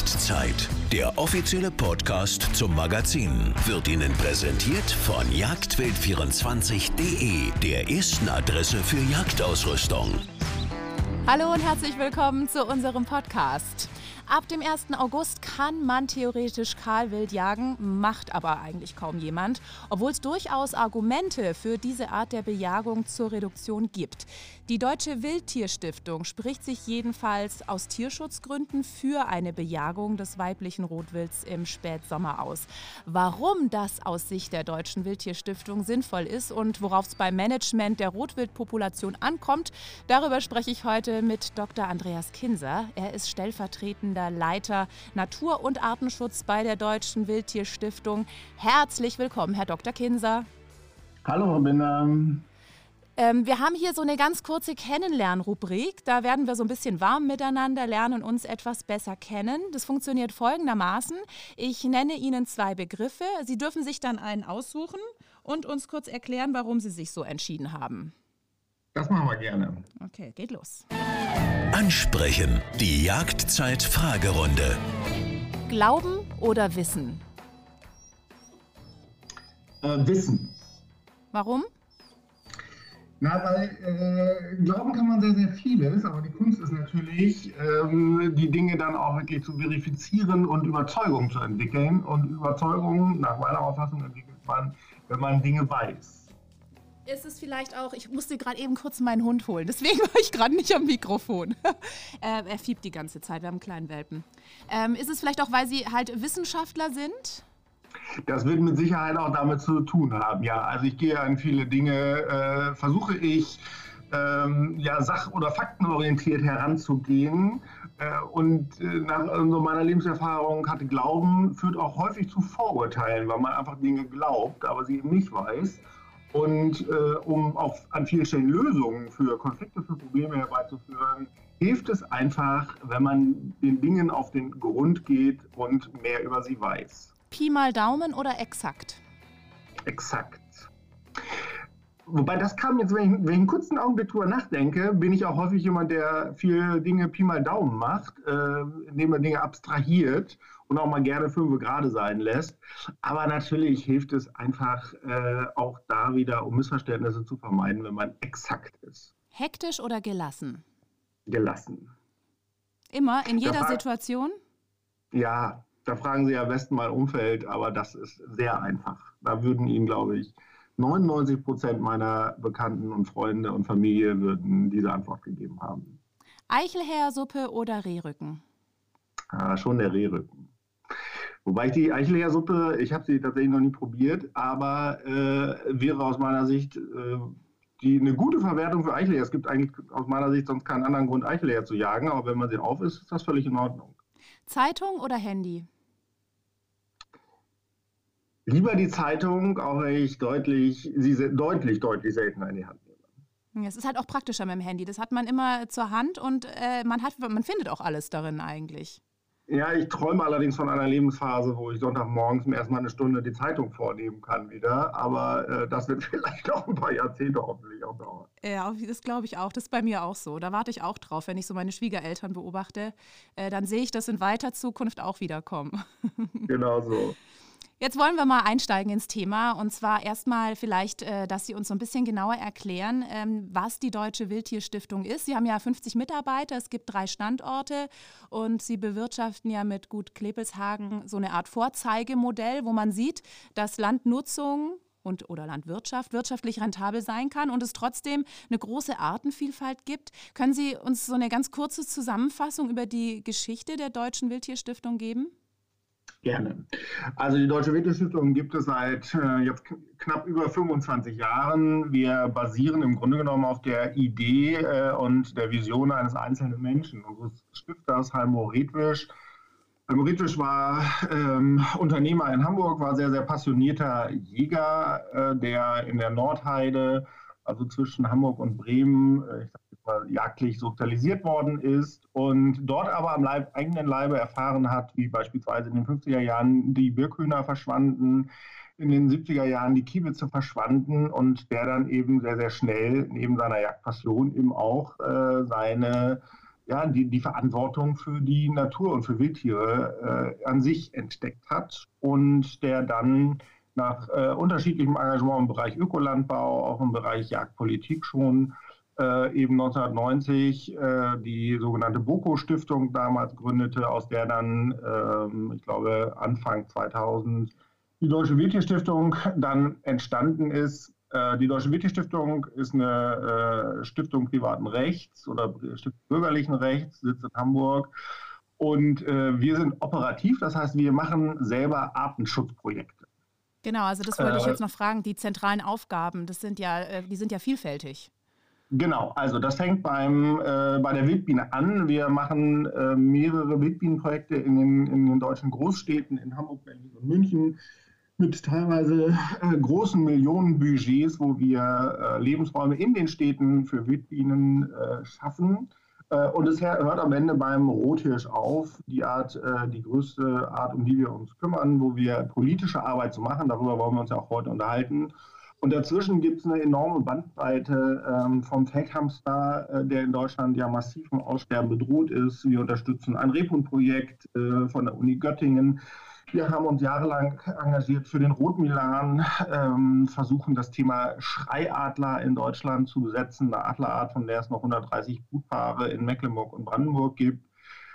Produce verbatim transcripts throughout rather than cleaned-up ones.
Jagdzeit, der offizielle Podcast zum Magazin, wird Ihnen präsentiert von jagdwild vierundzwanzig punkt de, der ersten Adresse für Jagdausrüstung. Hallo und herzlich willkommen zu unserem Podcast. Ab dem ersten August kann man theoretisch Kahlwild jagen, macht aber eigentlich kaum jemand, obwohl es durchaus Argumente für diese Art der Bejagung zur Reduktion gibt. Die Deutsche Wildtierstiftung spricht sich jedenfalls aus Tierschutzgründen für eine Bejagung des weiblichen Rotwilds im Spätsommer aus. Warum das aus Sicht der Deutschen Wildtierstiftung sinnvoll ist und worauf es beim Management der Rotwildpopulation ankommt, darüber spreche ich heute mit Doktor Andreas Kinser. Er ist stellvertretender Leiter Natur- und Artenschutz bei der Deutschen Wildtierstiftung. Herzlich willkommen, Herr Doktor Kinser. Hallo, Frau Binder. Ähm, wir haben hier so eine ganz kurze Kennenlernrubrik. Da werden wir so ein bisschen warm miteinander, lernen uns etwas besser kennen. Das funktioniert folgendermaßen. Ich nenne Ihnen zwei Begriffe. Sie dürfen sich dann einen aussuchen und uns kurz erklären, warum Sie sich so entschieden haben. Das machen wir gerne. Okay, geht los. Ansprechen. Die Jagdzeit-Fragerunde. Glauben oder Wissen? Äh, Wissen. Warum? Na, weil äh, glauben kann man sehr, sehr vieles, aber die Kunst ist natürlich, ähm, die Dinge dann auch wirklich zu verifizieren und Überzeugung zu entwickeln. Und Überzeugung, nach meiner Auffassung, entwickelt man, wenn man Dinge weiß. Ist es vielleicht auch, ich musste gerade eben kurz meinen Hund holen, deswegen war ich gerade nicht am Mikrofon. äh, er fiebt die ganze Zeit, wir haben einen kleinen Welpen. Ähm, ist es vielleicht auch, weil Sie halt Wissenschaftler sind? Das wird mit Sicherheit auch damit zu tun haben, ja. Also ich gehe an viele Dinge, äh, versuche ich, ähm, ja, sach- oder faktenorientiert heranzugehen. Äh, und äh, nach so meiner Lebenserfahrung hatte Glauben, führt auch häufig zu Vorurteilen, weil man einfach Dinge glaubt, aber sie eben nicht weiß. Und äh, um auch an vielen Stellen Lösungen für Konflikte, für Probleme herbeizuführen, hilft es einfach, wenn man den Dingen auf den Grund geht und mehr über sie weiß. Pi mal Daumen oder exakt? Exakt. Wobei das kam jetzt, wenn ich, wenn ich einen kurzen Augenblick drüber nachdenke, bin ich auch häufig jemand, der viele Dinge Pi mal Daumen macht, äh, indem er Dinge abstrahiert und auch mal gerne fünf gerade sein lässt. Aber natürlich hilft es einfach äh, auch da wieder, um Missverständnisse zu vermeiden, wenn man exakt ist. Hektisch oder gelassen? Gelassen. Immer, in jeder Da fra- Situation? Ja, da fragen Sie ja am besten mal Umfeld, aber das ist sehr einfach. Da würden Ihnen, glaube ich, neunundneunzig Prozent meiner Bekannten und Freunde und Familie würden diese Antwort gegeben haben. Eichelhähersuppe oder Rehrücken? Ah, schon der Rehrücken. Wobei ich die Eichelhähersuppe, ich habe sie tatsächlich noch nie probiert, aber äh, wäre aus meiner Sicht äh, die, eine gute Verwertung für Eichelhäher. Es gibt eigentlich aus meiner Sicht sonst keinen anderen Grund, Eichelhäher zu jagen, aber wenn man sie auf isst, ist das völlig in Ordnung. Zeitung oder Handy? Lieber die Zeitung, auch wenn ich deutlich, sie se- deutlich, deutlich seltener in die Hand nehme. Es ist halt auch praktischer mit dem Handy. Das hat man immer zur Hand und äh, man, hat, man findet auch alles darin eigentlich. Ja, ich träume allerdings von einer Lebensphase, wo ich Sonntagmorgens mir erstmal eine Stunde die Zeitung vornehmen kann wieder. Aber äh, das wird vielleicht auch ein paar Jahrzehnte hoffentlich auch dauern. Ja, das glaube ich auch. Das ist bei mir auch so. Da warte ich auch drauf, wenn ich so meine Schwiegereltern beobachte. Äh, dann sehe ich das in weiter Zukunft auch wiederkommen. Genau so. Jetzt wollen wir mal einsteigen ins Thema und zwar erstmal vielleicht, äh, dass Sie uns so ein bisschen genauer erklären, ähm, was die Deutsche Wildtierstiftung ist. Sie haben ja fünfzig Mitarbeiter, es gibt drei Standorte und Sie bewirtschaften ja mit Gut Klebelshagen so eine Art Vorzeigemodell, wo man sieht, dass Landnutzung und oder Landwirtschaft wirtschaftlich rentabel sein kann und es trotzdem eine große Artenvielfalt gibt. Können Sie uns so eine ganz kurze Zusammenfassung über die Geschichte der Deutschen Wildtierstiftung geben? Gerne. Also die Deutsche Wildtierstiftung gibt es seit äh, jetzt k- knapp über fünfundzwanzig Jahren. Wir basieren im Grunde genommen auf der Idee äh, und der Vision eines einzelnen Menschen, unseres Stifters Heimo Redwisch. Heimo Redwisch war ähm, Unternehmer in Hamburg, war sehr, sehr passionierter Jäger, äh, der in der Nordheide, also zwischen Hamburg und Bremen, äh, ich sag jetzt mal, jagdlich sozialisiert worden ist und dort aber am Leib, eigenen Leibe erfahren hat, wie beispielsweise in den fünfziger Jahren die Birkhühner verschwanden, in den siebziger Jahren die Kiebitze verschwanden und der dann eben sehr, sehr schnell neben seiner Jagdpassion eben auch äh, seine ja, die, die Verantwortung für die Natur und für Wildtiere äh, an sich entdeckt hat und der dann nach äh, unterschiedlichem Engagement im Bereich Ökolandbau, auch im Bereich Jagdpolitik schon äh, eben neunzehnhundertneunzig äh, die sogenannte BOKO-Stiftung damals gründete, aus der dann, ähm, ich glaube, Anfang zweitausend die Deutsche Wildtierstiftung dann entstanden ist. Die Deutsche Wildtierstiftung ist eine äh, Stiftung privaten Rechts oder Stiftung bürgerlichen Rechts, sitzt in Hamburg. Und äh, wir sind operativ, das heißt, wir machen selber Artenschutzprojekte. Genau, also das wollte äh, ich jetzt noch fragen. Die zentralen Aufgaben, das sind ja, äh, die sind ja vielfältig. Genau, also das fängt beim, äh, bei der Wildbiene an. Wir machen äh, mehrere Wildbienenprojekte in den, in den deutschen Großstädten, in Hamburg, Berlin und München, mit teilweise äh, großen Millionenbudgets, wo wir äh, Lebensräume in den Städten für Wildbienen äh, schaffen. Äh, und es hört am Ende beim Rothirsch auf, die Art, äh, die größte Art, um die wir uns kümmern, wo wir politische Arbeit zu machen. Darüber wollen wir uns ja auch heute unterhalten. Und dazwischen gibt es eine enorme Bandbreite ähm, vom Feldhamster, äh, der in Deutschland ja massiv vom Aussterben bedroht ist. Wir unterstützen ein Rebhuhnprojekt äh, von der Uni Göttingen. Wir haben uns jahrelang engagiert für den Rotmilan, ähm, versuchen das Thema Schreiadler in Deutschland zu besetzen, eine Adlerart, von der es noch hundertdreißig Brutpaare in Mecklenburg und Brandenburg gibt.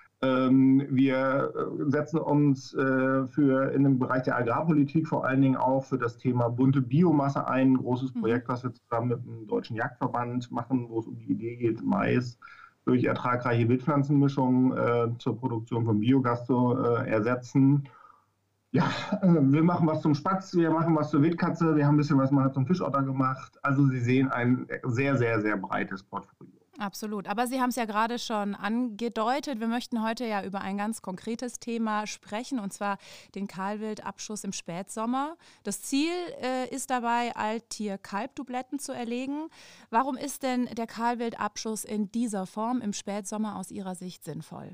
Ähm, wir setzen uns äh, für in dem Bereich der Agrarpolitik vor allen Dingen auch für das Thema bunte Biomasse ein, ein großes Projekt, was wir zusammen mit dem Deutschen Jagdverband machen, wo es um die Idee geht, Mais durch ertragreiche Wildpflanzenmischungen äh, zur Produktion von Biogas zu äh, ersetzen. Ja, wir machen was zum Spatz, wir machen was zur Wildkatze, wir haben ein bisschen was mal zum Fischotter gemacht. Also Sie sehen ein sehr, sehr, sehr breites Portfolio. Absolut. Aber Sie haben es ja gerade schon angedeutet. Wir möchten heute ja über ein ganz konkretes Thema sprechen, und zwar den Kahlwildabschuss im Spätsommer. Das Ziel äh, ist dabei, Alttier-Kalb-Dubletten zu erlegen. Warum ist denn der Kahlwildabschuss in dieser Form im Spätsommer aus Ihrer Sicht sinnvoll?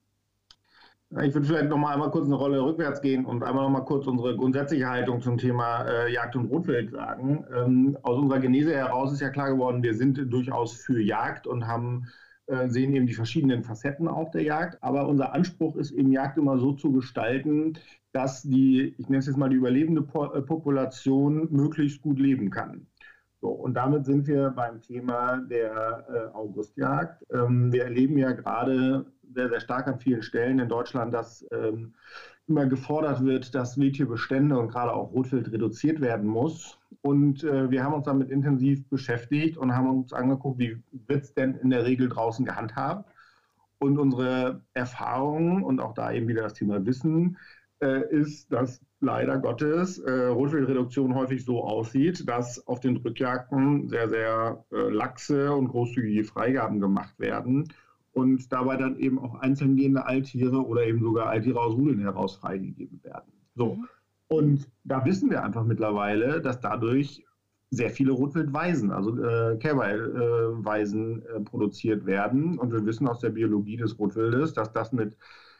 Ich würde vielleicht noch mal einmal kurz eine Rolle rückwärts gehen und einmal noch mal kurz unsere grundsätzliche Haltung zum Thema äh, Jagd und Rotwild sagen. Ähm, aus unserer Genese heraus ist ja klar geworden, wir sind durchaus für Jagd und haben, äh, sehen eben die verschiedenen Facetten auch der Jagd. Aber unser Anspruch ist eben, Jagd immer so zu gestalten, dass die, ich nenne es jetzt mal die überlebende po- äh, Population möglichst gut leben kann. So, und damit sind wir beim Thema der äh, Augustjagd. Ähm, wir erleben ja gerade sehr, sehr stark an vielen Stellen in Deutschland, dass ähm, immer gefordert wird, dass Wildtierbestände und gerade auch Rotwild reduziert werden muss. Und äh, wir haben uns damit intensiv beschäftigt und haben uns angeguckt, wie wird es denn in der Regel draußen gehandhabt. Und unsere Erfahrungen und auch da eben wieder das Thema Wissen äh, ist, dass leider Gottes äh, Rotwildreduktion häufig so aussieht, dass auf den Rückjagden sehr, sehr äh, laxe und großzügige Freigaben gemacht werden und dabei dann eben auch einzeln gehende Alttiere oder eben sogar Alttiere aus Rudeln heraus freigegeben werden. So. Mhm. Und da wissen wir einfach mittlerweile, dass dadurch sehr viele Rotwildweisen, also äh, Kälberweisen äh, produziert werden. Und wir wissen aus der Biologie des Rotwildes, dass das mit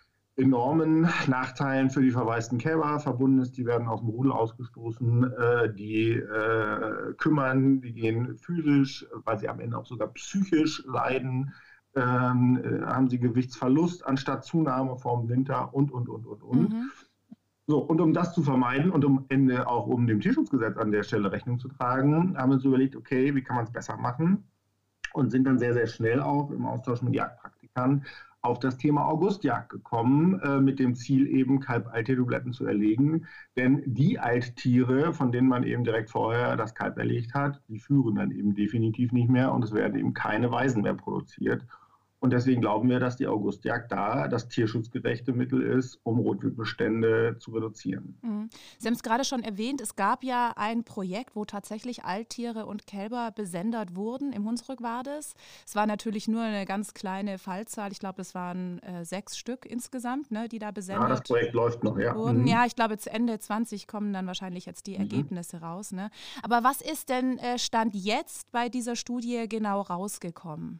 enormen Nachteilen für die verwaisten Kälber verbunden ist. Die werden aus dem Rudel ausgestoßen, äh, die äh, kümmern, die gehen physisch, weil sie am Ende auch sogar psychisch leiden, ähm, äh, haben sie Gewichtsverlust anstatt Zunahme vorm Winter und, und, und, und, und. Mhm. So, und um das zu vermeiden und um Ende auch um dem Tierschutzgesetz an der Stelle Rechnung zu tragen, haben wir uns überlegt, okay, wie kann man es besser machen? Und sind dann sehr, sehr schnell auch im Austausch mit Jagdpraktikern auf das Thema Augustjagd gekommen, äh, mit dem Ziel eben Kalb-Alttierdublette zu erlegen. Denn die Alttiere, von denen man eben direkt vorher das Kalb erlegt hat, die führen dann eben definitiv nicht mehr und es werden eben keine Weisen mehr produziert. Und deswegen glauben wir, dass die Augustjagd da das tierschutzgerechte Mittel ist, um Rotwildbestände zu reduzieren. Mhm. Sie haben es gerade schon erwähnt, es gab ja ein Projekt, wo tatsächlich Alttiere und Kälber besendet wurden. Im Hunsrück war das. Es war natürlich nur eine ganz kleine Fallzahl. Ich glaube, es waren äh, sechs Stück insgesamt, ne, die da besendet wurden. Ja, das Projekt läuft noch, ja. Wurden. Mhm. Ja, ich glaube, zu Ende zwanzig kommen dann wahrscheinlich jetzt die mhm. Ergebnisse raus. Ne? Aber was ist denn äh, Stand jetzt bei dieser Studie genau rausgekommen?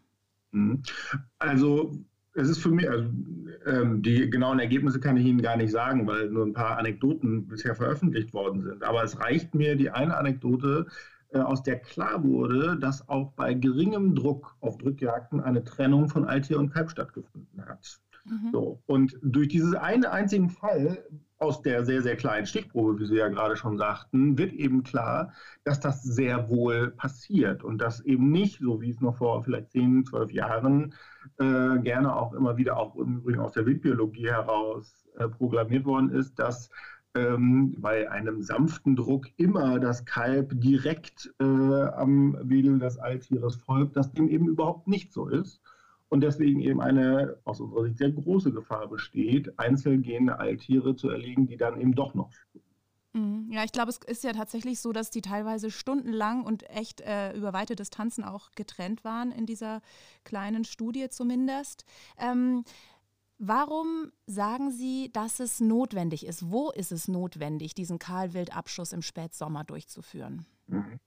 Also es ist für mich, also ähm, die genauen Ergebnisse kann ich Ihnen gar nicht sagen, weil nur ein paar Anekdoten bisher veröffentlicht worden sind. Aber es reicht mir die eine Anekdote, äh, aus der klar wurde, dass auch bei geringem Druck auf Drückjagden eine Trennung von Altier und Kalb stattgefunden hat. Mhm. So, und durch diesen einen einzigen Fall aus der sehr, sehr kleinen Stichprobe, wie Sie ja gerade schon sagten, wird eben klar, dass das sehr wohl passiert und dass eben nicht, so wie es noch vor vielleicht zehn, zwölf Jahren äh, gerne auch immer wieder, auch im Übrigen aus der Wildbiologie heraus äh, proklamiert worden ist, dass ähm, bei einem sanften Druck immer das Kalb direkt äh, am Wedel des Altieres folgt, dass dem eben überhaupt nicht so ist. Und deswegen eben eine aus unserer Sicht sehr große Gefahr besteht, einzelgehende Altiere zu erlegen, die dann eben doch noch. Ja, ich glaube, es ist ja tatsächlich so, dass die teilweise stundenlang und echt äh, über weite Distanzen auch getrennt waren, in dieser kleinen Studie zumindest. Ähm, warum sagen Sie, dass es notwendig ist? Wo ist es notwendig, diesen Kahlwildabschuss im Spätsommer durchzuführen? Mhm.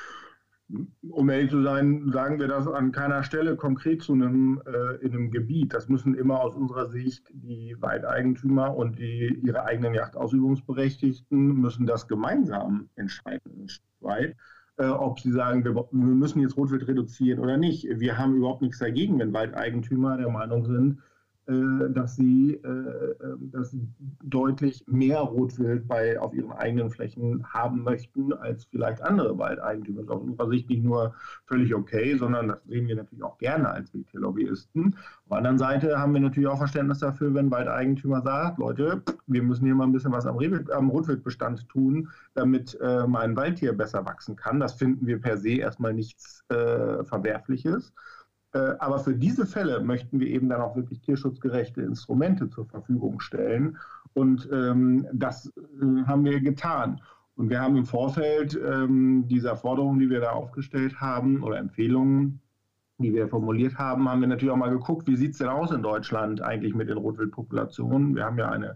Um ehrlich zu sein, sagen wir das an keiner Stelle konkret zu einem, äh, in einem Gebiet. Das müssen immer aus unserer Sicht die Waldeigentümer und die ihre eigenen Jachtausübungsberechtigten müssen das gemeinsam entscheiden, ein Stück weit, äh, ob sie sagen, wir, wir müssen jetzt Rotwild reduzieren oder nicht. Wir haben überhaupt nichts dagegen, wenn Waldeigentümer der Meinung sind, dass sie, dass sie deutlich mehr Rotwild bei, auf ihren eigenen Flächen haben möchten als vielleicht andere Waldeigentümer. Das ist aus unserer Sicht nicht nur völlig okay, sondern das sehen wir natürlich auch gerne als Wildtierlobbyisten. Auf der anderen Seite haben wir natürlich auch Verständnis dafür, wenn Waldeigentümer sagt, Leute, wir müssen hier mal ein bisschen was am, am Rotwildbestand tun, damit äh, mein Waldtier besser wachsen kann. Das finden wir per se erstmal nichts äh, Verwerfliches. Aber für diese Fälle möchten wir eben dann auch wirklich tierschutzgerechte Instrumente zur Verfügung stellen. Und ähm, das äh, haben wir getan. Und wir haben im Vorfeld ähm, dieser Forderungen, die wir da aufgestellt haben, oder Empfehlungen, die wir formuliert haben, haben wir natürlich auch mal geguckt, wie sieht es denn aus in Deutschland eigentlich mit den Rotwildpopulationen. Wir haben ja eine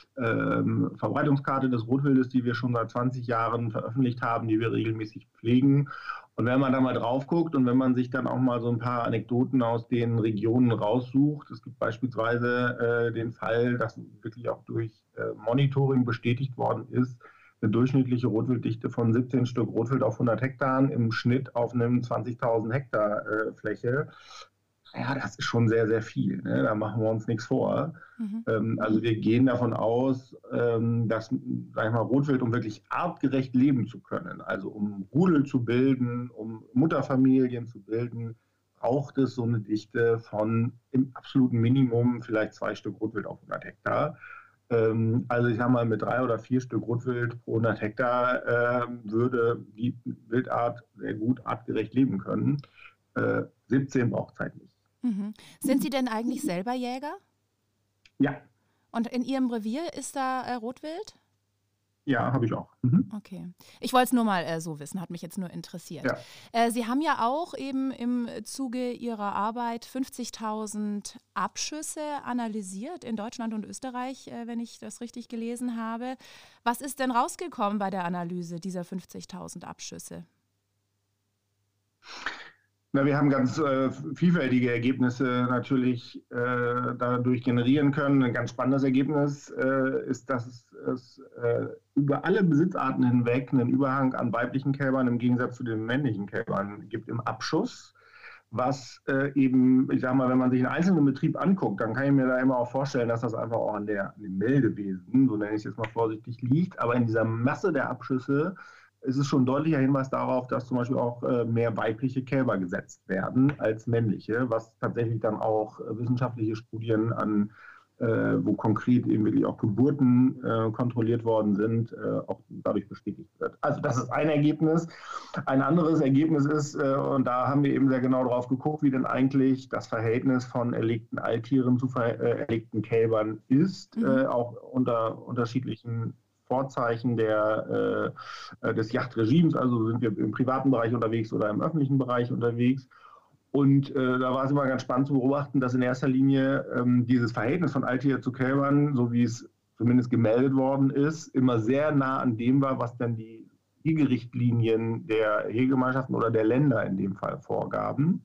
ähm, Verbreitungskarte des Rotwildes, die wir schon seit zwanzig Jahren veröffentlicht haben, die wir regelmäßig pflegen. Und wenn man da mal drauf guckt und wenn man sich dann auch mal so ein paar Anekdoten aus den Regionen raussucht, es gibt beispielsweise äh, den Fall, dass wirklich auch durch äh, Monitoring bestätigt worden ist, eine durchschnittliche Rotwilddichte von siebzehn Stück Rotwild auf hundert Hektaren im Schnitt auf einem zwanzigtausend Hektar äh, Fläche. Ja, das ist schon sehr, sehr viel. Ne? Da machen wir uns nichts vor. Mhm. Ähm, also wir gehen davon aus, ähm, dass, sag ich mal, Rotwild, um wirklich artgerecht leben zu können, also um Rudel zu bilden, um Mutterfamilien zu bilden, braucht es so eine Dichte von im absoluten Minimum vielleicht zwei Stück Rotwild auf hundert Hektar. Ähm, also ich sage mal, mit drei oder vier Stück Rotwild pro hundert Hektar äh, würde die Wildart sehr gut artgerecht leben können. Äh, siebzehn braucht es halt nicht. Mhm. Sind Sie denn eigentlich selber Jäger? Ja. Und in Ihrem Revier ist da äh, Rotwild? Ja, habe ich auch. Mhm. Okay. Ich wollte es nur mal äh, so wissen, hat mich jetzt nur interessiert. Ja. Äh, Sie haben ja auch eben im Zuge Ihrer Arbeit fünfzigtausend Abschüsse analysiert in Deutschland und Österreich, äh, wenn ich das richtig gelesen habe. Was ist denn rausgekommen bei der Analyse dieser fünfzigtausend Abschüsse? Na, wir haben ganz äh, vielfältige Ergebnisse natürlich äh, dadurch generieren können. Ein ganz spannendes Ergebnis äh, ist, dass es, es äh, über alle Besitzarten hinweg einen Überhang an weiblichen Kälbern im Gegensatz zu den männlichen Kälbern gibt im Abschuss. Was äh, eben, ich sage mal, wenn man sich einen einzelnen Betrieb anguckt, dann kann ich mir da immer auch vorstellen, dass das einfach auch an, der, an dem Meldewesen, so nenne ich es jetzt mal vorsichtig, liegt. Aber in dieser Masse der Abschüsse ist es schon ein deutlicher Hinweis darauf, dass zum Beispiel auch äh, mehr weibliche Kälber gesetzt werden als männliche, was tatsächlich dann auch äh, wissenschaftliche Studien an, äh, wo konkret eben wirklich auch Geburten äh, kontrolliert worden sind, äh, auch dadurch bestätigt wird. Also das ist ein Ergebnis. Ein anderes Ergebnis ist, äh, und da haben wir eben sehr genau drauf geguckt, wie denn eigentlich das Verhältnis von erlegten Alttieren zu ver- äh, erlegten Kälbern ist, mhm. äh, auch unter unterschiedlichen Vorzeichen der, äh, des Yachtregimes, also sind wir im privaten Bereich unterwegs oder im öffentlichen Bereich unterwegs. Und äh, da war es immer ganz spannend zu beobachten, dass in erster Linie ähm, dieses Verhältnis von Alttier zu Kälbern, so wie es zumindest gemeldet worden ist, immer sehr nah an dem war, was dann die Hegerichtlinien der Hegegemeinschaften oder der Länder in dem Fall vorgaben.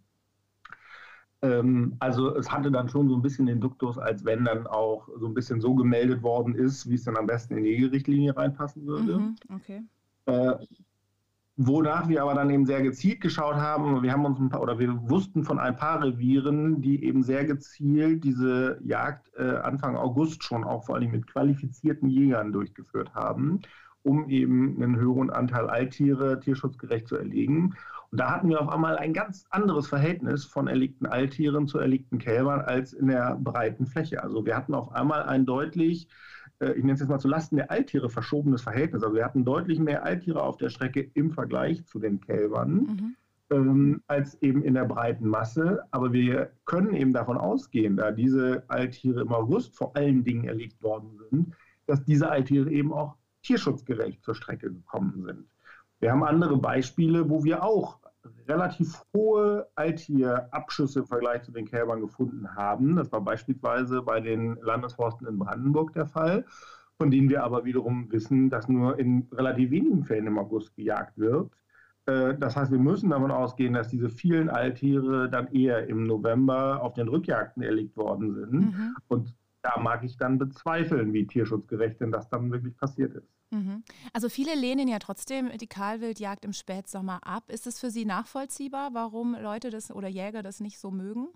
Also es hatte dann schon so ein bisschen den Duktus, als wenn dann auch so ein bisschen so gemeldet worden ist, wie es dann am besten in die Hegerichtlinie reinpassen würde. Mhm, okay. Äh, Wonach wir aber dann eben sehr gezielt geschaut haben, wir haben uns ein paar, oder wir wussten von ein paar Revieren, die eben sehr gezielt diese Jagd äh, Anfang August schon auch vor allem mit qualifizierten Jägern durchgeführt haben, um eben einen höheren Anteil Alttiere tierschutzgerecht zu erlegen. Und da hatten wir auf einmal ein ganz anderes Verhältnis von erlegten Alttieren zu erlegten Kälbern als in der breiten Fläche. Also wir hatten auf einmal ein deutlich, ich nenne es jetzt mal zu Lasten der Alttiere verschobenes Verhältnis. Also wir hatten deutlich mehr Alttiere auf der Strecke im Vergleich zu den Kälbern, mhm. ähm, als eben in der breiten Masse. Aber wir können eben davon ausgehen, da diese Alttiere im August vor allen Dingen erlegt worden sind, dass diese Alttiere eben auch tierschutzgerecht zur Strecke gekommen sind. Wir haben andere Beispiele, wo wir auch relativ hohe Alttierabschüsse im Vergleich zu den Kälbern gefunden haben. Das war beispielsweise bei den Landesforsten in Brandenburg der Fall, von denen wir aber wiederum wissen, dass nur in relativ wenigen Fällen im August gejagt wird. Das heißt, wir müssen davon ausgehen, dass diese vielen Alttiere dann eher im November auf den Rückjagden erlegt worden sind. Mhm. Und da mag ich dann bezweifeln, wie tierschutzgerecht denn das dann wirklich passiert ist. Also viele lehnen ja trotzdem die Kahlwildjagd im Spätsommer ab. Ist es für Sie nachvollziehbar, warum Leute das oder Jäger das nicht so mögen?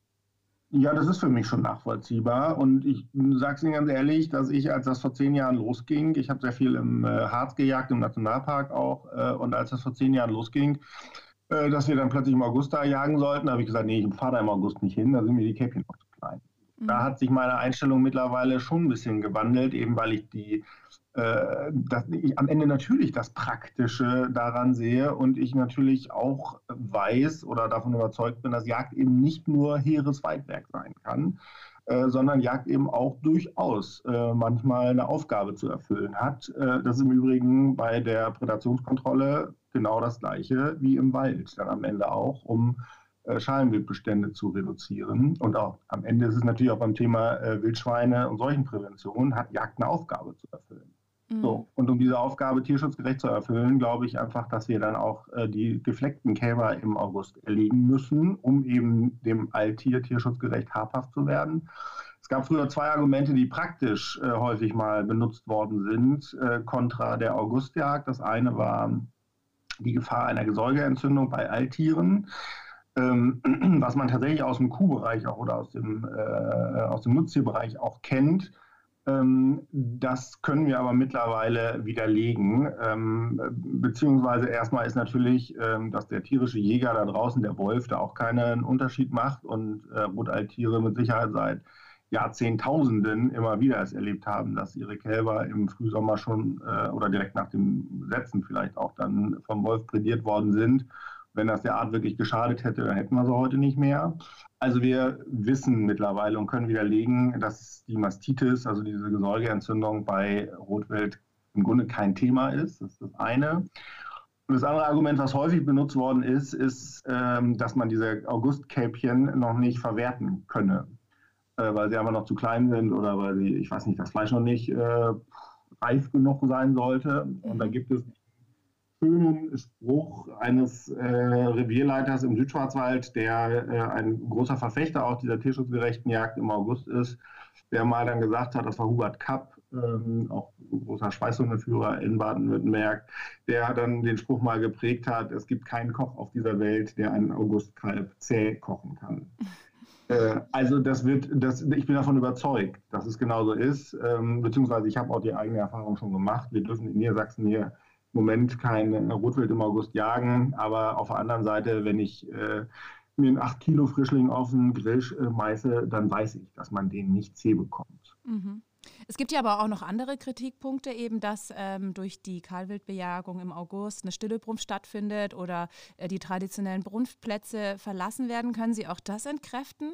Ja, das ist für mich schon nachvollziehbar. Und ich sage es Ihnen ganz ehrlich, dass ich, als das vor zehn Jahren losging, ich habe sehr viel im äh, Harz gejagt, im Nationalpark auch, äh, und als das vor zehn Jahren losging, äh, dass wir dann plötzlich im August da jagen sollten, habe ich gesagt, nee, ich fahre da im August nicht hin, da sind mir die Käppchen noch zu klein. Mhm. Da hat sich meine Einstellung mittlerweile schon ein bisschen gewandelt, eben weil ich die dass ich am Ende natürlich das Praktische daran sehe und ich natürlich auch weiß oder davon überzeugt bin, dass Jagd eben nicht nur hehres Weidwerk sein kann, äh, sondern Jagd eben auch durchaus äh, manchmal eine Aufgabe zu erfüllen hat. Äh, das ist im Übrigen bei der Prädationskontrolle genau das Gleiche wie im Wald, dann am Ende auch, um äh, Schalenwildbestände zu reduzieren. Und auch am Ende ist es natürlich auch beim Thema äh, Wildschweine und Seuchenprävention, hat Jagd eine Aufgabe zu erfüllen. So, und um diese Aufgabe tierschutzgerecht zu erfüllen, glaube ich einfach, dass wir dann auch äh, die gefleckten Kälber im August erlegen müssen, um eben dem Alttier tierschutzgerecht habhaft zu werden. Es gab früher zwei Argumente, die praktisch äh, häufig mal benutzt worden sind, äh, kontra der Augustjagd. Das eine war die Gefahr einer Gesäugeentzündung bei Alttieren, ähm, was man tatsächlich aus dem Kuhbereich auch oder aus dem, äh, aus dem Nutztierbereich auch kennt. Das können wir aber mittlerweile widerlegen, beziehungsweise erstmal ist natürlich, dass der tierische Jäger da draußen, der Wolf, da auch keinen Unterschied macht und Rotalttiere mit Sicherheit seit Jahrzehntausenden immer wieder es erlebt haben, dass ihre Kälber im Frühsommer schon oder direkt nach dem Setzen vielleicht auch dann vom Wolf prädiert worden sind. Wenn das der Art wirklich geschadet hätte, dann hätten wir sie heute nicht mehr. Also wir wissen mittlerweile und können widerlegen, dass die Mastitis, also diese Gesäugeentzündung bei Rotwild im Grunde kein Thema ist. Das ist das eine. Und das andere Argument, was häufig benutzt worden ist, ist, dass man diese Augustkälbchen noch nicht verwerten könne, weil sie einfach noch zu klein sind oder weil sie, ich weiß nicht, das Fleisch noch nicht äh, reif genug sein sollte. Und da gibt es schönen Spruch eines äh, Revierleiters im Südschwarzwald, der äh, ein großer Verfechter auch dieser tierschutzgerechten Jagd im August ist, der mal dann gesagt hat, das war Hubert Kapp, ähm, auch großer Schweißhundeführer in Baden-Württemberg, der dann den Spruch mal geprägt hat, es gibt keinen Koch auf dieser Welt, der einen Augustkalb zäh kochen kann. äh, also das wird, das, ich bin davon überzeugt, dass es genauso ist, ähm, beziehungsweise ich habe auch die eigene Erfahrung schon gemacht. Wir dürfen in Niedersachsen hier im Moment kein Rotwild im August jagen, aber auf der anderen Seite, wenn ich äh, mir einen acht Kilo Frischling auf den Grill äh, meiße, dann weiß ich, dass man den nicht zäh bekommt. Mhm. Es gibt ja aber auch noch andere Kritikpunkte, eben, dass ähm, durch die Kahlwildbejagung im August eine stille Brunft stattfindet oder äh, die traditionellen Brunftplätze verlassen werden. Können Sie auch das entkräften?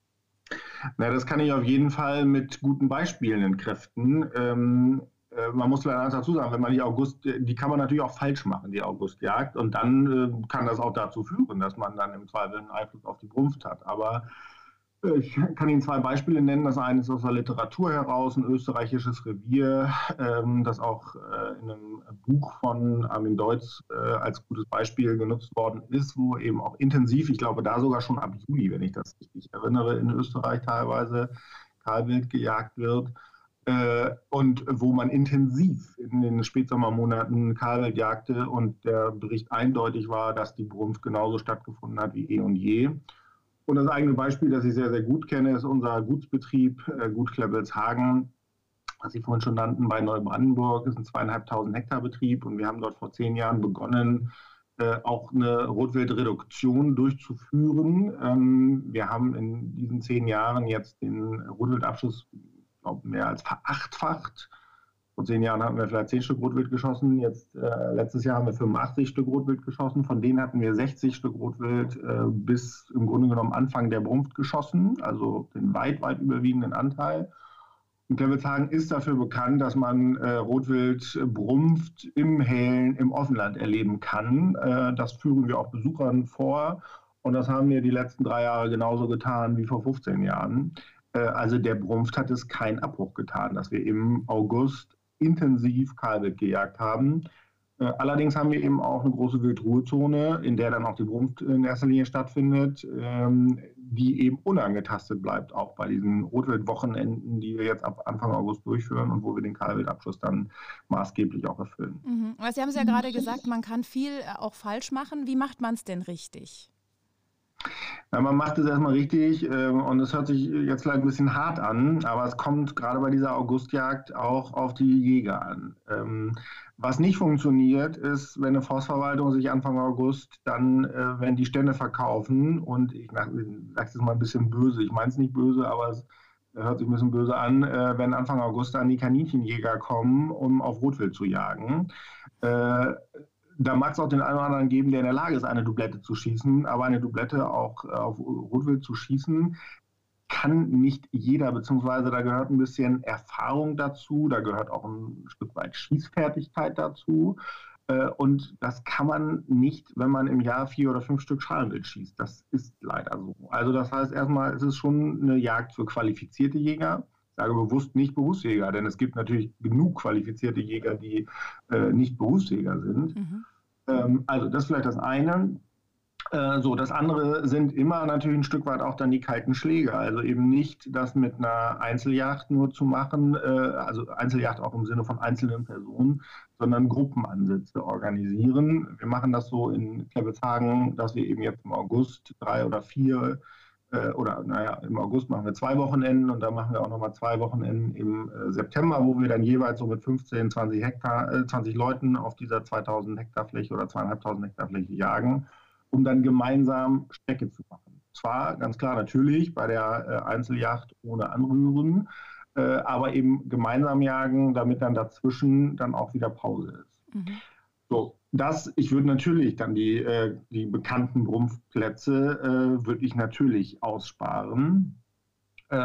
Na, das kann ich auf jeden Fall mit guten Beispielen entkräften. Ähm, Man muss leider eins dazu sagen, wenn man die August, die kann man natürlich auch falsch machen, die Augustjagd. Und dann äh, kann das auch dazu führen, dass man dann im Zweifel einen Einfluss auf die Brunft hat. Aber äh, ich kann Ihnen zwei Beispiele nennen. Das eine ist aus der Literatur heraus, ein österreichisches Revier, ähm, das auch äh, in einem Buch von Armin Deutz äh, als gutes Beispiel genutzt worden ist, wo eben auch intensiv, ich glaube da sogar schon ab Juli, wenn ich das richtig erinnere, in Österreich teilweise Kahlwild gejagt wird. äh, und wo man intensiv in den Spätsommermonaten Kahlwild jagte und der Bericht eindeutig war, dass die Brunft genauso stattgefunden hat wie eh und je. Und das eigene Beispiel, das ich sehr, sehr gut kenne, ist unser Gutsbetrieb äh, Gut Klevelshagen, was Sie vorhin schon nannten, bei Neubrandenburg. Das ist ein zweieinhalbtausend Hektar Betrieb und wir haben dort vor zehn Jahren begonnen, äh, auch eine Rotwildreduktion durchzuführen. Ähm, wir haben in diesen zehn Jahren jetzt den Rotwildabschuss, ich glaube, mehr als verachtfacht. Vor zehn Jahren hatten wir vielleicht zehn Stück Rotwild geschossen. Jetzt, äh, letztes Jahr haben wir fünfundachtzig Stück Rotwild geschossen. Von denen hatten wir sechzig Stück Rotwild äh, bis im Grunde genommen Anfang der Brunft geschossen, also den weit, weit überwiegenden Anteil. Und Klevelshagen ist dafür bekannt, dass man äh, Rotwildbrunft im Hellen, im Offenland erleben kann. Äh, das führen wir auch Besuchern vor. Und das haben wir die letzten drei Jahre genauso getan wie vor fünfzehn Jahren. Äh, also der Brunft hat es keinen Abbruch getan, dass wir im August intensiv Kahlwild gejagt haben. Äh, allerdings haben wir eben auch eine große Wildruhezone, in der dann auch die Brunft in erster Linie stattfindet, ähm, die eben unangetastet bleibt, auch bei diesen Rotwildwochenenden, die wir jetzt ab Anfang August durchführen und wo wir den Kahlwildabschuss dann maßgeblich auch erfüllen. Mhm. Aber Sie haben es ja gerade gesagt, man kann viel auch falsch machen. Wie macht man es denn richtig? Ja, man macht es erstmal richtig äh, und es hört sich jetzt vielleicht ein bisschen hart an, aber es kommt gerade bei dieser Augustjagd auch auf die Jäger an. Ähm, was nicht funktioniert, ist, wenn eine Forstverwaltung sich Anfang August dann, äh, wenn die Stände verkaufen und ich sage es mal ein bisschen böse, ich meine es nicht böse, aber es hört sich ein bisschen böse an, äh, wenn Anfang August dann die Kaninchenjäger kommen, um auf Rotwild zu jagen. Äh, Da mag es auch den einen oder anderen geben, der in der Lage ist, eine Doublette zu schießen, aber eine Doublette auch auf Rotwild zu schießen, kann nicht jeder, beziehungsweise da gehört ein bisschen Erfahrung dazu, da gehört auch ein Stück weit Schießfertigkeit dazu. Und das kann man nicht, wenn man im Jahr vier oder fünf Stück Schalenwild schießt. Das ist leider so. Also das heißt erstmal, es ist schon eine Jagd für qualifizierte Jäger. Ich sage bewusst nicht Berufsjäger, denn es gibt natürlich genug qualifizierte Jäger, die äh, nicht Berufsjäger sind. Mhm. Ähm, also das ist vielleicht das eine. Äh, so, das andere sind immer natürlich ein Stück weit auch dann die kalten Schläge. Also eben nicht das mit einer Einzeljagd nur zu machen, äh, also Einzeljagd auch im Sinne von einzelnen Personen, sondern Gruppenansätze organisieren. Wir machen das so in Klevelshagen, dass wir eben jetzt im August drei oder vier oder naja, im August machen wir zwei Wochenenden und dann machen wir auch nochmal zwei Wochenenden im äh, September, wo wir dann jeweils so mit fünfzehn, zwanzig Hektar, äh, zwanzig Leuten auf dieser zweitausend Hektar Fläche oder zweieinhalbtausend Hektar Fläche jagen, um dann gemeinsam Strecke zu machen. Zwar ganz klar natürlich bei der äh, Einzeljagd ohne Anrühren, äh, aber eben gemeinsam jagen, damit dann dazwischen dann auch wieder Pause ist. Mhm. So, das, ich würde natürlich dann die, äh, die bekannten Brunftplätze äh, würde ich natürlich aussparen. Äh,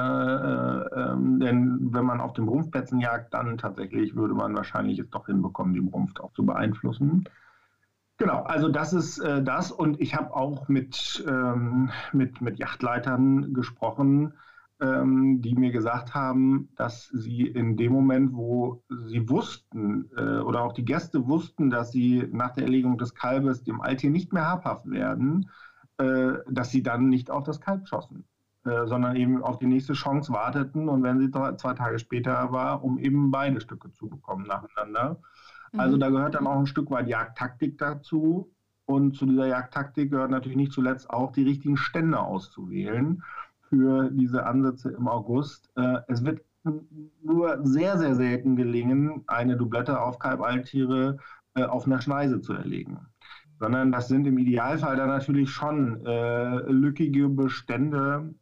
äh, denn wenn man auf den Brunftplätzen jagt, dann tatsächlich würde man wahrscheinlich es doch hinbekommen, die Brunft auch zu beeinflussen. Genau, also das ist äh, das. Und ich habe auch mit, ähm, mit, mit Yachtleitern gesprochen, die mir gesagt haben, dass sie in dem Moment, wo sie wussten äh, oder auch die Gäste wussten, dass sie nach der Erlegung des Kalbes dem Alttier nicht mehr habhaft werden, äh, dass sie dann nicht auf das Kalb schossen, äh, sondern eben auf die nächste Chance warteten und wenn sie drei, zwei Tage später war, um eben beide Stücke zu bekommen nacheinander. Mhm. Also da gehört dann auch ein Stück weit Jagdtaktik dazu und zu dieser Jagdtaktik gehört natürlich nicht zuletzt auch die richtigen Stände auszuwählen für diese Ansätze im August. Es wird nur sehr, sehr selten gelingen, eine Doublette auf Kalb-Alttiere auf einer Schneise zu erlegen. Sondern das sind im Idealfall dann natürlich schon äh, lückige Bestände,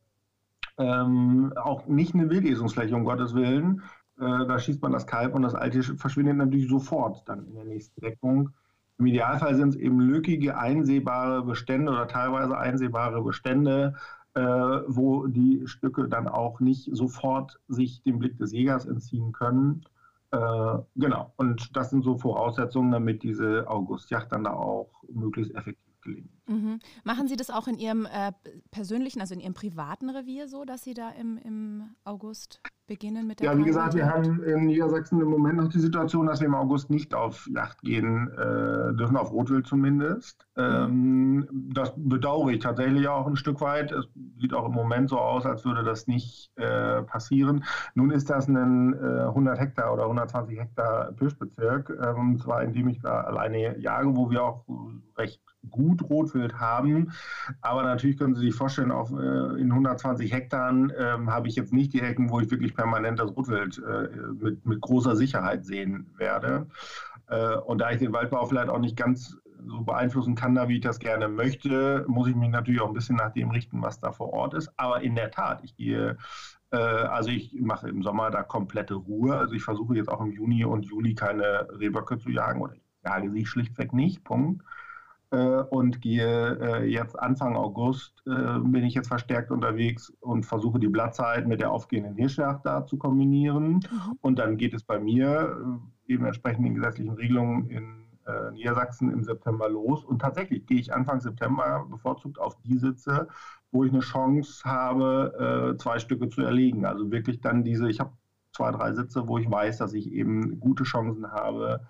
ähm, auch nicht eine Wildesungsfläche, um Gottes Willen. Äh, da schießt man das Kalb und das Alttier verschwindet natürlich sofort dann in der nächsten Deckung. Im Idealfall sind es eben lückige, einsehbare Bestände oder teilweise einsehbare Bestände, Äh, wo die Stücke dann auch nicht sofort sich dem Blick des Jägers entziehen können. Äh, genau, und das sind so Voraussetzungen, damit diese Augustjagd dann da auch möglichst effektiv gelingt. Mhm. Machen Sie das auch in Ihrem äh, persönlichen, also in Ihrem privaten Revier so, dass Sie da im, im August beginnen mit der Ja, wie gesagt, wir Karl-Wild-Jagd? haben in Niedersachsen im Moment noch die Situation, dass wir im August nicht auf Jagd gehen äh, dürfen, auf Rotwild zumindest. Ähm, das bedauere ich tatsächlich auch ein Stück weit. Es sieht auch im Moment so aus, als würde das nicht äh, passieren. Nun ist das ein äh, hundert Hektar oder hundertzwanzig Hektar Pirschbezirk, ähm, zwar in dem ich da alleine jage, wo wir auch recht gut Rotwild haben, aber natürlich können Sie sich vorstellen, auf, äh, in hundertzwanzig Hektar ähm, habe ich jetzt nicht die Ecken, wo ich wirklich permanent das Rotwild äh, mit, mit großer Sicherheit sehen werde. Äh, und da ich den Waldbau vielleicht auch nicht ganz so beeinflussen kann, da wie ich das gerne möchte, muss ich mich natürlich auch ein bisschen nach dem richten, was da vor Ort ist. Aber in der Tat, ich gehe äh, also ich mache im Sommer da komplette Ruhe. Also ich versuche jetzt auch im Juni und Juli keine Rehböcke zu jagen oder ich jage sie schlichtweg nicht, Punkt. Und gehe jetzt Anfang August, bin ich jetzt verstärkt unterwegs und versuche die Blattzeit mit der aufgehenden Hirschjagd da zu kombinieren. Mhm. Und dann geht es bei mir eben entsprechend den gesetzlichen Regelungen in Niedersachsen im September los. Und tatsächlich gehe ich Anfang September bevorzugt auf die Sitze, wo ich eine Chance habe, zwei Stücke zu erlegen. Also wirklich dann diese, ich habe zwei, drei Sitze, wo ich weiß, dass ich eben gute Chancen habe,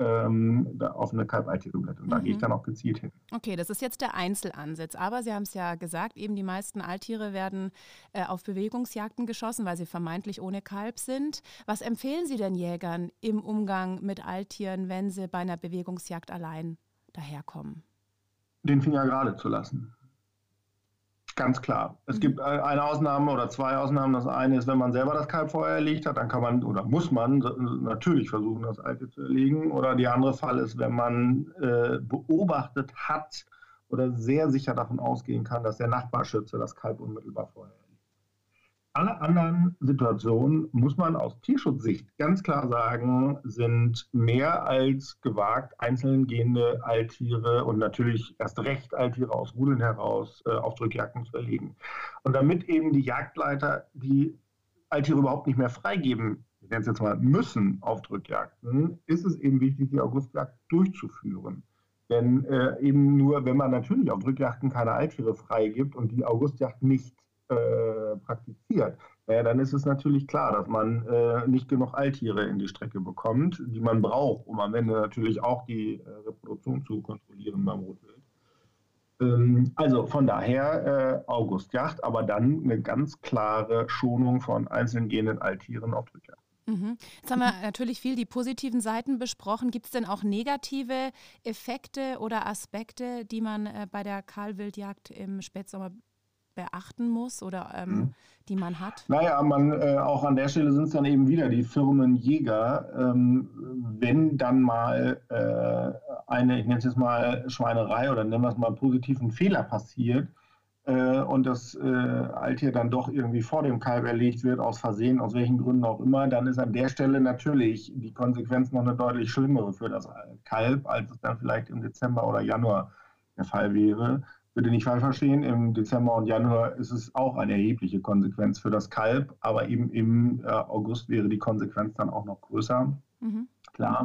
auf eine Kalb-Alttiere-Blätter. Und da mhm. gehe ich dann auch gezielt hin. Okay, das ist jetzt der Einzelansatz. Aber Sie haben es ja gesagt, eben die meisten Alttiere werden äh, auf Bewegungsjagden geschossen, weil sie vermeintlich ohne Kalb sind. Was empfehlen Sie denn Jägern im Umgang mit Alttieren, wenn sie bei einer Bewegungsjagd allein daherkommen? Den Finger gerade zu lassen. Ganz klar. Es mhm. gibt eine Ausnahme oder zwei Ausnahmen. Das eine ist, wenn man selber das Kalb vorher erlegt hat, dann kann man oder muss man natürlich versuchen, das Alte zu erlegen. Oder der andere Fall ist, wenn man äh, beobachtet hat oder sehr sicher davon ausgehen kann, dass der Nachbarschütze das Kalb unmittelbar vorher erlegt. Alle anderen Situationen, muss man aus Tierschutzsicht ganz klar sagen, sind mehr als gewagt, einzeln gehende Alttiere und natürlich erst recht Alttiere aus Rudeln heraus äh, auf Drückjagden zu erlegen. Und damit eben die Jagdleiter die Alttiere überhaupt nicht mehr freigeben, ich nenne es jetzt mal müssen auf Drückjagden, ist es eben wichtig, die Augustjagd durchzuführen. Denn äh, eben nur, wenn man natürlich auf Drückjagden keine Alttiere freigibt und die Augustjagd nicht Äh, praktiziert, ja, dann ist es natürlich klar, dass man äh, nicht genug Alttiere in die Strecke bekommt, die man braucht, um am Ende natürlich auch die äh, Reproduktion zu kontrollieren beim Rotwild. Ähm, also von daher äh, Augustjagd, aber dann eine ganz klare Schonung von einzeln gehenden Alttieren auf Drückjagd. Mhm. Jetzt haben wir natürlich viel die positiven Seiten besprochen. Gibt es denn auch negative Effekte oder Aspekte, die man äh, bei der Kahlwildjagd im Spätsommer beachten muss oder ähm, mhm. die man hat? Naja, man, äh, auch an der Stelle sind es dann eben wieder die Firmenjäger. Ähm, wenn dann mal äh, eine, ich nenne es jetzt mal Schweinerei oder nennen wir es mal positiven Fehler passiert äh, und das äh, Alttier dann doch irgendwie vor dem Kalb erlegt wird, aus Versehen, aus welchen Gründen auch immer, dann ist an der Stelle natürlich die Konsequenz noch eine deutlich schlimmere für das Kalb, als es dann vielleicht im Dezember oder Januar der Fall wäre. Bitte nicht falsch verstehen, im Dezember und Januar ist es auch eine erhebliche Konsequenz für das Kalb, aber eben im äh, August wäre die Konsequenz dann auch noch größer, mhm. klar.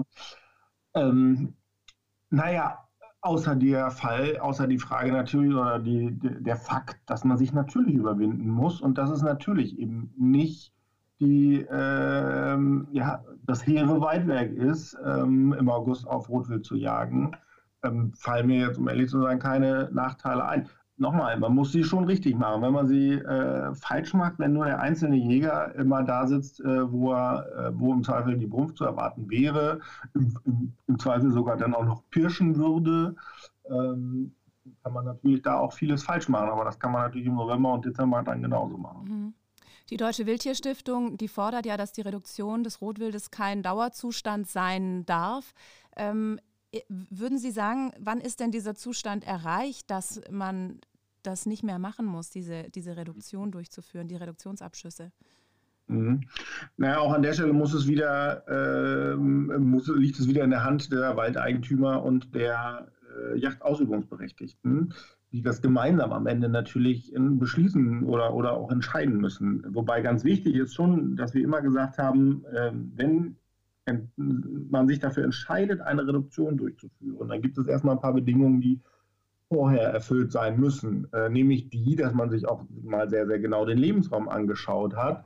Ähm, naja, außer der Fall, außer die Frage natürlich oder die, die, der Fakt, dass man sich natürlich überwinden muss und dass es natürlich eben nicht die, ähm, ja, das hehre Weitwerk ist, ähm, im August auf Rotwild zu jagen, fallen mir jetzt, um ehrlich zu sein, keine Nachteile ein. Nochmal, man muss sie schon richtig machen. Wenn man sie äh, falsch macht, wenn nur der einzelne Jäger immer da sitzt, äh, wo, er, äh, wo im Zweifel die Brunft zu erwarten wäre, im, im, im Zweifel sogar dann auch noch pirschen würde, ähm, kann man natürlich da auch vieles falsch machen. Aber das kann man natürlich im November und Dezember dann genauso machen. Mhm. Die Deutsche Wildtierstiftung, die fordert ja, dass die Reduktion des Rotwildes kein Dauerzustand sein darf. Ähm, Würden Sie sagen, wann ist denn dieser Zustand erreicht, dass man das nicht mehr machen muss, diese, diese Reduktion durchzuführen, die Reduktionsabschüsse? Mhm. Naja, auch an der Stelle muss es wieder, äh, muss, liegt es wieder in der Hand der Waldeigentümer und der äh, Jagdausübungsberechtigten, die das gemeinsam am Ende natürlich beschließen oder, oder auch entscheiden müssen. Wobei ganz wichtig ist schon, dass wir immer gesagt haben, äh, wenn man sich dafür entscheidet, eine Reduktion durchzuführen, dann gibt es erstmal ein paar Bedingungen, die vorher erfüllt sein müssen. Äh, nämlich die, dass man sich auch mal sehr, sehr genau den Lebensraum angeschaut hat.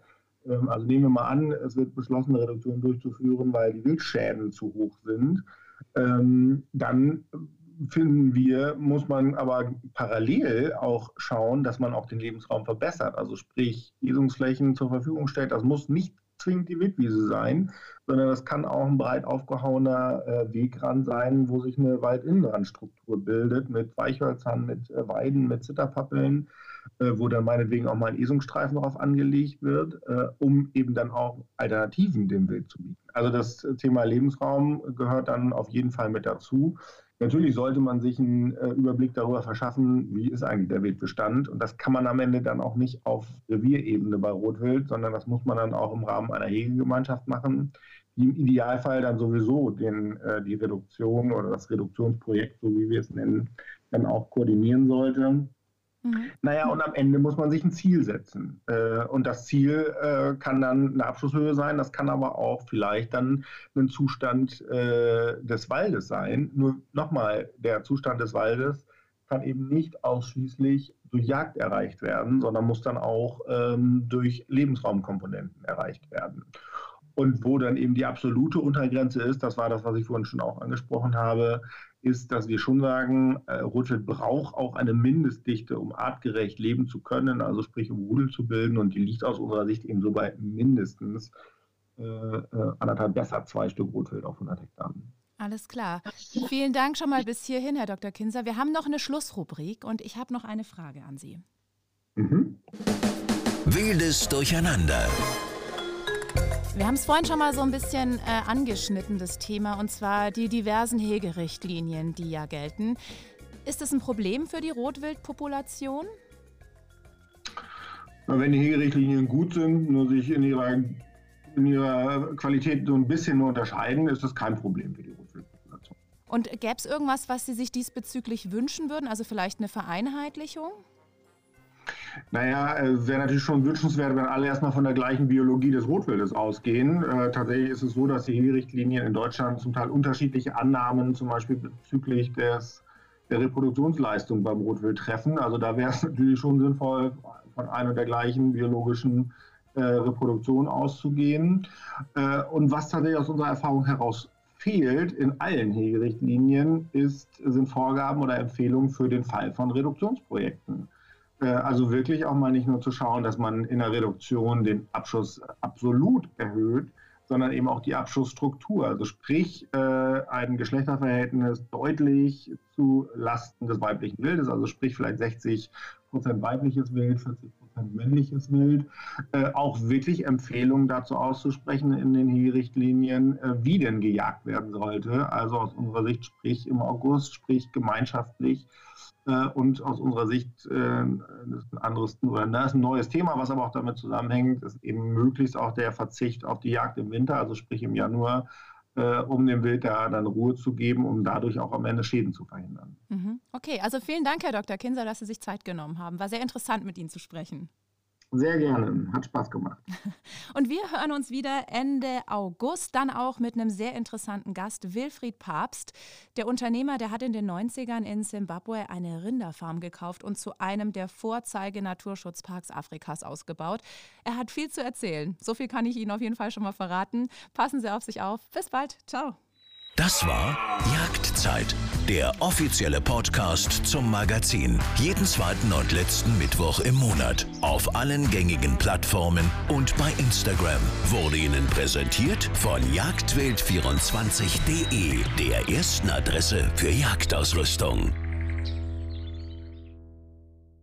Also nehmen wir mal an, es wird beschlossen, eine Reduktion durchzuführen, weil die Wildschäden zu hoch sind. Dann finden wir, muss man aber parallel auch schauen, dass man auch den Lebensraum verbessert. Also sprich, Lesungsflächen zur Verfügung stellt. Das muss nicht zwingend die Wildwiese sein, sondern das kann auch ein breit aufgehauener äh, Wegrand sein, wo sich eine Waldinnenrandstruktur bildet mit Weichhölzern, mit äh, Weiden, mit Zitterpappeln, äh, wo dann meinetwegen auch mal ein Esungsstreifen drauf angelegt wird, äh, um eben dann auch Alternativen dem Wild zu bieten. Also das Thema Lebensraum gehört dann auf jeden Fall mit dazu. Natürlich sollte man sich einen äh, Überblick darüber verschaffen, wie ist eigentlich der Wildbestand. Und das kann man am Ende dann auch nicht auf Revierebene bei Rotwild, sondern das muss man dann auch im Rahmen einer Hegegemeinschaft machen, die im Idealfall dann sowieso den, äh, die Reduktion oder das Reduktionsprojekt, so wie wir es nennen, dann auch koordinieren sollte. Mhm. Naja, und am Ende muss man sich ein Ziel setzen. Äh, und das Ziel äh, kann dann eine Abschlusshöhe sein, das kann aber auch vielleicht dann ein Zustand äh, des Waldes sein. Nur nochmal, der Zustand des Waldes kann eben nicht ausschließlich durch Jagd erreicht werden, sondern muss dann auch ähm, durch Lebensraumkomponenten erreicht werden. Und wo dann eben die absolute Untergrenze ist, das war das, was ich vorhin schon auch angesprochen habe, ist, dass wir schon sagen, äh, Rotwild braucht auch eine Mindestdichte, um artgerecht leben zu können, also sprich um Rudel zu bilden, und die liegt aus unserer Sicht eben so bei mindestens äh, äh, anderthalb, besser zwei Stück Rotwild auf hundert Hektar. Alles klar. Vielen Dank schon mal bis hierhin, Herr Doktor Kinzer. Wir haben noch eine Schlussrubrik und ich habe noch eine Frage an Sie. Mhm. Wildes Durcheinander. Wir haben es vorhin schon mal so ein bisschen äh, angeschnitten, das Thema, und zwar die diversen Hegerichtlinien, die ja gelten. Ist das ein Problem für die Rotwildpopulation? Wenn die Hegerichtlinien gut sind, nur sich in ihrer, in ihrer Qualität so ein bisschen nur unterscheiden, ist das kein Problem für die Rotwildpopulation. Und gäbe es irgendwas, was Sie sich diesbezüglich wünschen würden, also vielleicht eine Vereinheitlichung? Naja, es wäre natürlich schon wünschenswert, wenn alle erstmal von der gleichen Biologie des Rotwildes ausgehen. Äh, tatsächlich ist es so, dass die Hegerichtlinien in Deutschland zum Teil unterschiedliche Annahmen, zum Beispiel bezüglich des, der Reproduktionsleistung beim Rotwild treffen. Also da wäre es natürlich schon sinnvoll, von einer und der gleichen biologischen äh, Reproduktion auszugehen. Äh, und was tatsächlich aus unserer Erfahrung heraus fehlt in allen Hegerichtlinien, ist, sind Vorgaben oder Empfehlungen für den Fall von Reduktionsprojekten. Also wirklich auch mal nicht nur zu schauen, dass man in der Reduktion den Abschuss absolut erhöht, sondern eben auch die Abschussstruktur. Also sprich, äh, ein Geschlechterverhältnis deutlich zu Lasten des weiblichen Wildes, also sprich vielleicht sechzig Prozent weibliches Wild, vierzig Prozent männliches Wild. Äh, auch wirklich Empfehlungen dazu auszusprechen in den Hegerichtlinien, äh, wie denn gejagt werden sollte. Also aus unserer Sicht, sprich im August, sprich gemeinschaftlich. Und aus unserer Sicht, das ist ein anderes, oder das ist ein neues Thema, was aber auch damit zusammenhängt, ist eben möglichst auch der Verzicht auf die Jagd im Winter, also sprich im Januar, um dem Wild da dann Ruhe zu geben, um dadurch auch am Ende Schäden zu verhindern. Okay, also vielen Dank, Herr Doktor Kinzer, dass Sie sich Zeit genommen haben. War sehr interessant, mit Ihnen zu sprechen. Sehr gerne, hat Spaß gemacht. Und wir hören uns wieder Ende August, dann auch mit einem sehr interessanten Gast, Wilfried Papst. Der Unternehmer, der hat in den neunzigern in Simbabwe eine Rinderfarm gekauft und zu einem der Vorzeige-Naturschutzparks Afrikas ausgebaut. Er hat viel zu erzählen. So viel kann ich Ihnen auf jeden Fall schon mal verraten. Passen Sie auf sich auf. Bis bald. Ciao. Das war Jagdzeit, der offizielle Podcast zum Magazin. Jeden zweiten und letzten Mittwoch im Monat. Auf allen gängigen Plattformen und bei Instagram. Wurde Ihnen präsentiert von jagdwild vierundzwanzig punkt de, der ersten Adresse für Jagdausrüstung.